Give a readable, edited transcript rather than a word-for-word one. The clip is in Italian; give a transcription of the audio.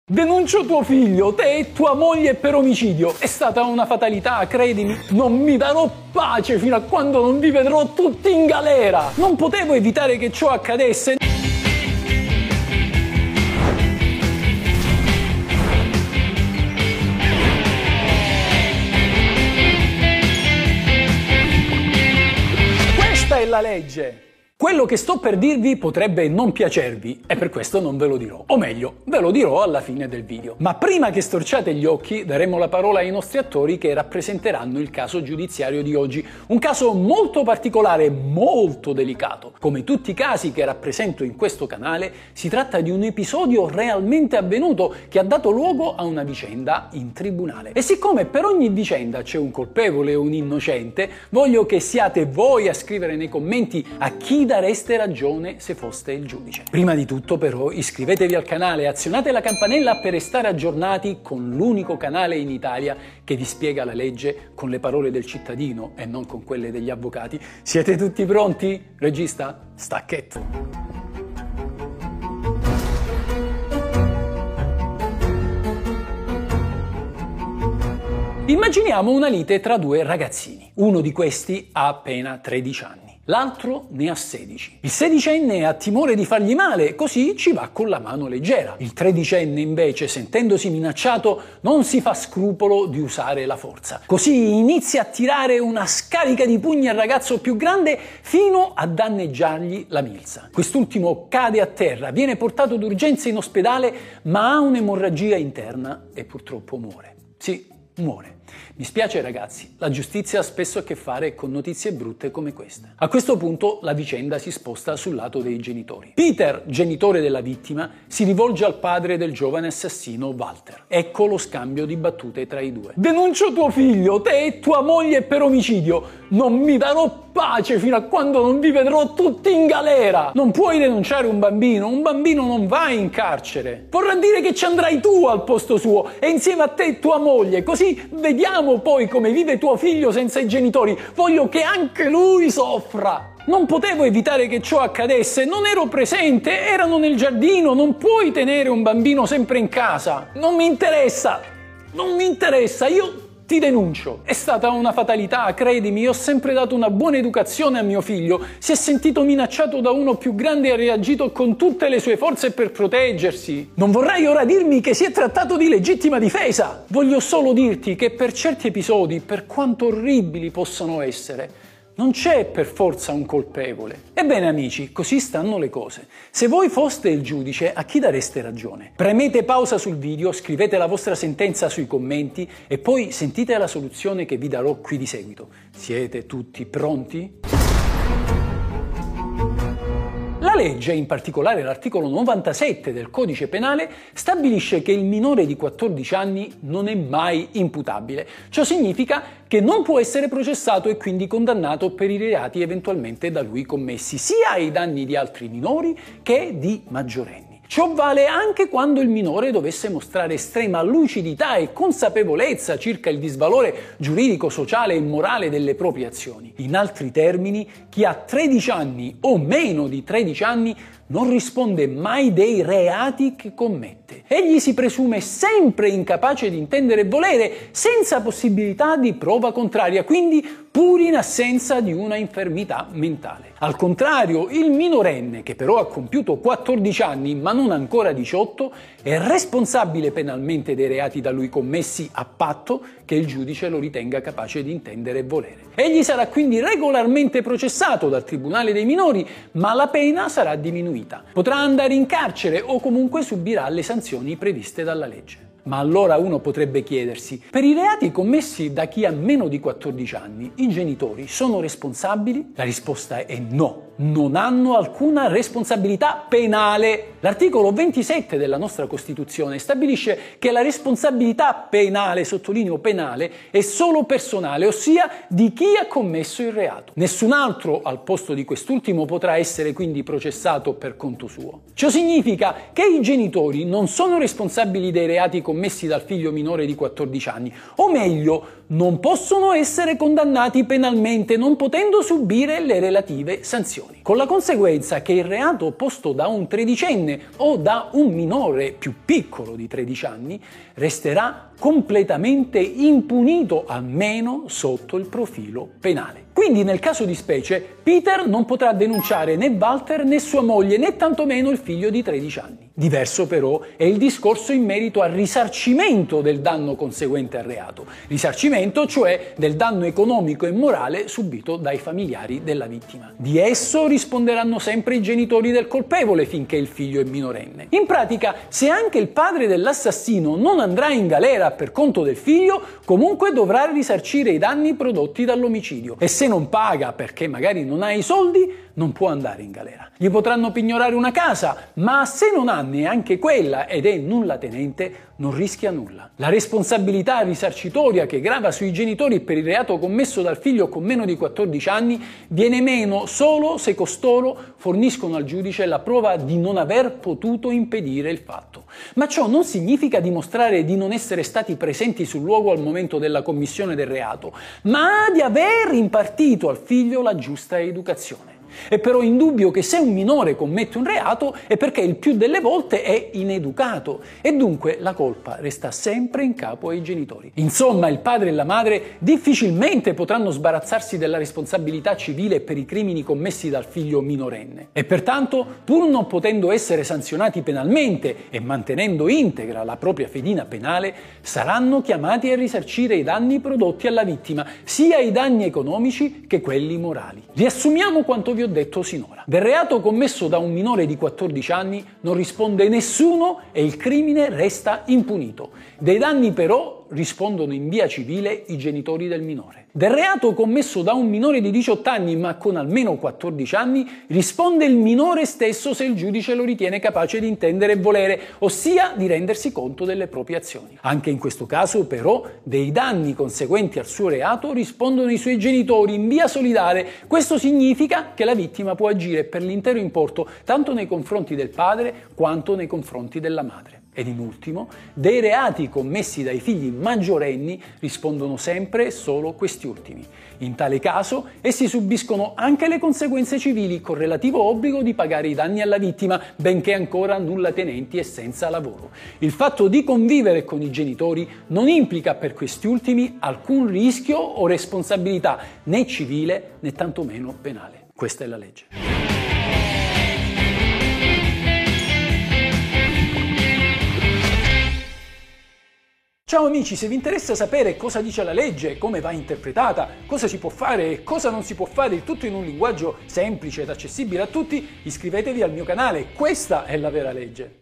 Denuncio tuo figlio, te e tua moglie per omicidio. È stata una fatalità, credimi. Non mi darò pace fino a quando non vi vedrò tutti in galera. Non potevo evitare che ciò accadesse. Questa è la legge. Quello che sto per dirvi potrebbe non piacervi e per questo non ve lo dirò. O meglio, ve lo dirò alla fine del video. Ma prima che storciate gli occhi, daremo la parola ai nostri attori che rappresenteranno il caso giudiziario di oggi. Un caso molto particolare, molto delicato. Come tutti i casi che rappresento in questo canale, si tratta di un episodio realmente avvenuto che ha dato luogo a una vicenda in tribunale. E siccome per ogni vicenda c'è un colpevole e un innocente, voglio che siate voi a scrivere nei commenti a chi dareste ragione se foste il giudice. Prima di tutto però iscrivetevi al canale e azionate la campanella per restare aggiornati con l'unico canale in Italia che vi spiega la legge con le parole del cittadino e non con quelle degli avvocati. Siete tutti pronti? Regista, stacchetto! Immaginiamo una lite tra due ragazzini. Uno di questi ha appena 13 anni. L'altro ne ha 16. Il 16enne ha timore di fargli male, così ci va con la mano leggera. Il 13enne invece, sentendosi minacciato, non si fa scrupolo di usare la forza. Così inizia a tirare una scarica di pugni al ragazzo più grande fino a danneggiargli la milza. Quest'ultimo cade a terra, viene portato d'urgenza in ospedale, ma ha un'emorragia interna e purtroppo muore. Sì, muore. Mi spiace ragazzi, la giustizia ha spesso a che fare con notizie brutte come queste. A questo punto la vicenda si sposta sul lato dei genitori. Peter, genitore della vittima, si rivolge al padre del giovane assassino Walter. Ecco lo scambio di battute tra i due. Denuncio tuo figlio, te e tua moglie per omicidio. Non mi darò pace fino a quando non vi vedrò tutti in galera. Non puoi denunciare un bambino non va in carcere. Vorrà dire che ci andrai tu al posto suo e insieme a te e tua moglie, così vediamo poi come vive tuo figlio senza i genitori. Voglio che anche lui soffra. Non potevo evitare che ciò accadesse, non ero presente, erano nel giardino, non puoi tenere un bambino sempre in casa. Non mi interessa, io ti denuncio. È stata una fatalità, credimi, io ho sempre dato una buona educazione a mio figlio. Si è sentito minacciato da uno più grande e ha reagito con tutte le sue forze per proteggersi. Non vorrai ora dirmi che si è trattato di legittima difesa. Voglio solo dirti che per certi episodi, per quanto orribili possano essere, non c'è per forza un colpevole. Ebbene amici, così stanno le cose. Se voi foste il giudice, a chi dareste ragione? Premete pausa sul video, scrivete la vostra sentenza sui commenti e poi sentite la soluzione che vi darò qui di seguito. Siete tutti pronti? La legge, in particolare l'articolo 97 del Codice Penale, stabilisce che il minore di 14 anni non è mai imputabile. Ciò significa che non può essere processato e quindi condannato per i reati eventualmente da lui commessi, sia ai danni di altri minori che di maggiorenni. Ciò vale anche quando il minore dovesse mostrare estrema lucidità e consapevolezza circa il disvalore giuridico, sociale e morale delle proprie azioni. In altri termini, chi ha 13 anni o meno di 13 anni non risponde mai dei reati che commette. Egli si presume sempre incapace di intendere e volere, senza possibilità di prova contraria, quindi pur in assenza di una infermità mentale. Al contrario, il minorenne, che però ha compiuto 14 anni ma non ancora 18, è responsabile penalmente dei reati da lui commessi a patto che il giudice lo ritenga capace di intendere e volere. Egli sarà quindi regolarmente processato dal Tribunale dei minori, ma la pena sarà diminuita. Potrà andare in carcere o comunque subirà le sanzioni previste dalla legge. Ma allora uno potrebbe chiedersi, per i reati commessi da chi ha meno di 14 anni, i genitori sono responsabili? La risposta è no. Non hanno alcuna responsabilità penale. L'articolo 27 della nostra Costituzione stabilisce che la responsabilità penale, sottolineo penale, è solo personale, ossia di chi ha commesso il reato. Nessun altro al posto di quest'ultimo potrà essere quindi processato per conto suo. Ciò significa che i genitori non sono responsabili dei reati commessi commessi dal figlio minore di 14 anni, o meglio, non possono essere condannati penalmente, non potendo subire le relative sanzioni. Con la conseguenza che il reato posto da un tredicenne o da un minore più piccolo di 13 anni resterà completamente impunito, almeno sotto il profilo penale. Quindi nel caso di specie Peter non potrà denunciare né Walter né sua moglie né tantomeno il figlio di 13 anni. Diverso però è il discorso in merito al risarcimento del danno conseguente al reato, risarcimento cioè del danno economico e morale subito dai familiari della vittima. Di esso risponderanno sempre i genitori del colpevole finché il figlio è minorenne. In pratica, se anche il padre dell'assassino non andrà in galera per conto del figlio, comunque dovrà risarcire i danni prodotti dall'omicidio e se non paga perché magari non ha i soldi, non può andare in galera. Gli potranno pignorare una casa, ma se non ha neanche quella ed è nullatenente, non rischia nulla. La responsabilità risarcitoria che grava sui genitori per il reato commesso dal figlio con meno di 14 anni viene meno solo se costoro forniscono al giudice la prova di non aver potuto impedire il fatto. Ma ciò non significa dimostrare di non essere stati presenti sul luogo al momento della commissione del reato, ma di aver impartito al figlio la giusta educazione. È però indubbio che se un minore commette un reato è perché il più delle volte è ineducato e dunque la colpa resta sempre in capo ai genitori. Insomma, il padre e la madre difficilmente potranno sbarazzarsi della responsabilità civile per i crimini commessi dal figlio minorenne e pertanto, pur non potendo essere sanzionati penalmente e mantenendo integra la propria fedina penale, saranno chiamati a risarcire i danni prodotti alla vittima, sia i danni economici che quelli morali. Riassumiamo quanto vi ho detto sinora. Del reato commesso da un minore di 14 anni non risponde nessuno e il crimine resta impunito. Dei danni però rispondono in via civile i genitori del minore. Del reato commesso da un minore di 18 anni ma con almeno 14 anni risponde il minore stesso se il giudice lo ritiene capace di intendere e volere, ossia di rendersi conto delle proprie azioni. Anche in questo caso però dei danni conseguenti al suo reato rispondono i suoi genitori in via solidale. Questo significa che la vittima può agire per l'intero importo tanto nei confronti del padre quanto nei confronti della madre. Ed in ultimo, dei reati commessi dai figli maggiorenni rispondono sempre e solo questi ultimi. In tale caso, essi subiscono anche le conseguenze civili con relativo obbligo di pagare i danni alla vittima, benché ancora nullatenenti e senza lavoro. Il fatto di convivere con i genitori non implica per questi ultimi alcun rischio o responsabilità, né civile né tantomeno penale. Questa è la legge. Ciao amici, se vi interessa sapere cosa dice la legge, come va interpretata, cosa si può fare e cosa non si può fare, il tutto in un linguaggio semplice ed accessibile a tutti, iscrivetevi al mio canale, questa è la vera legge.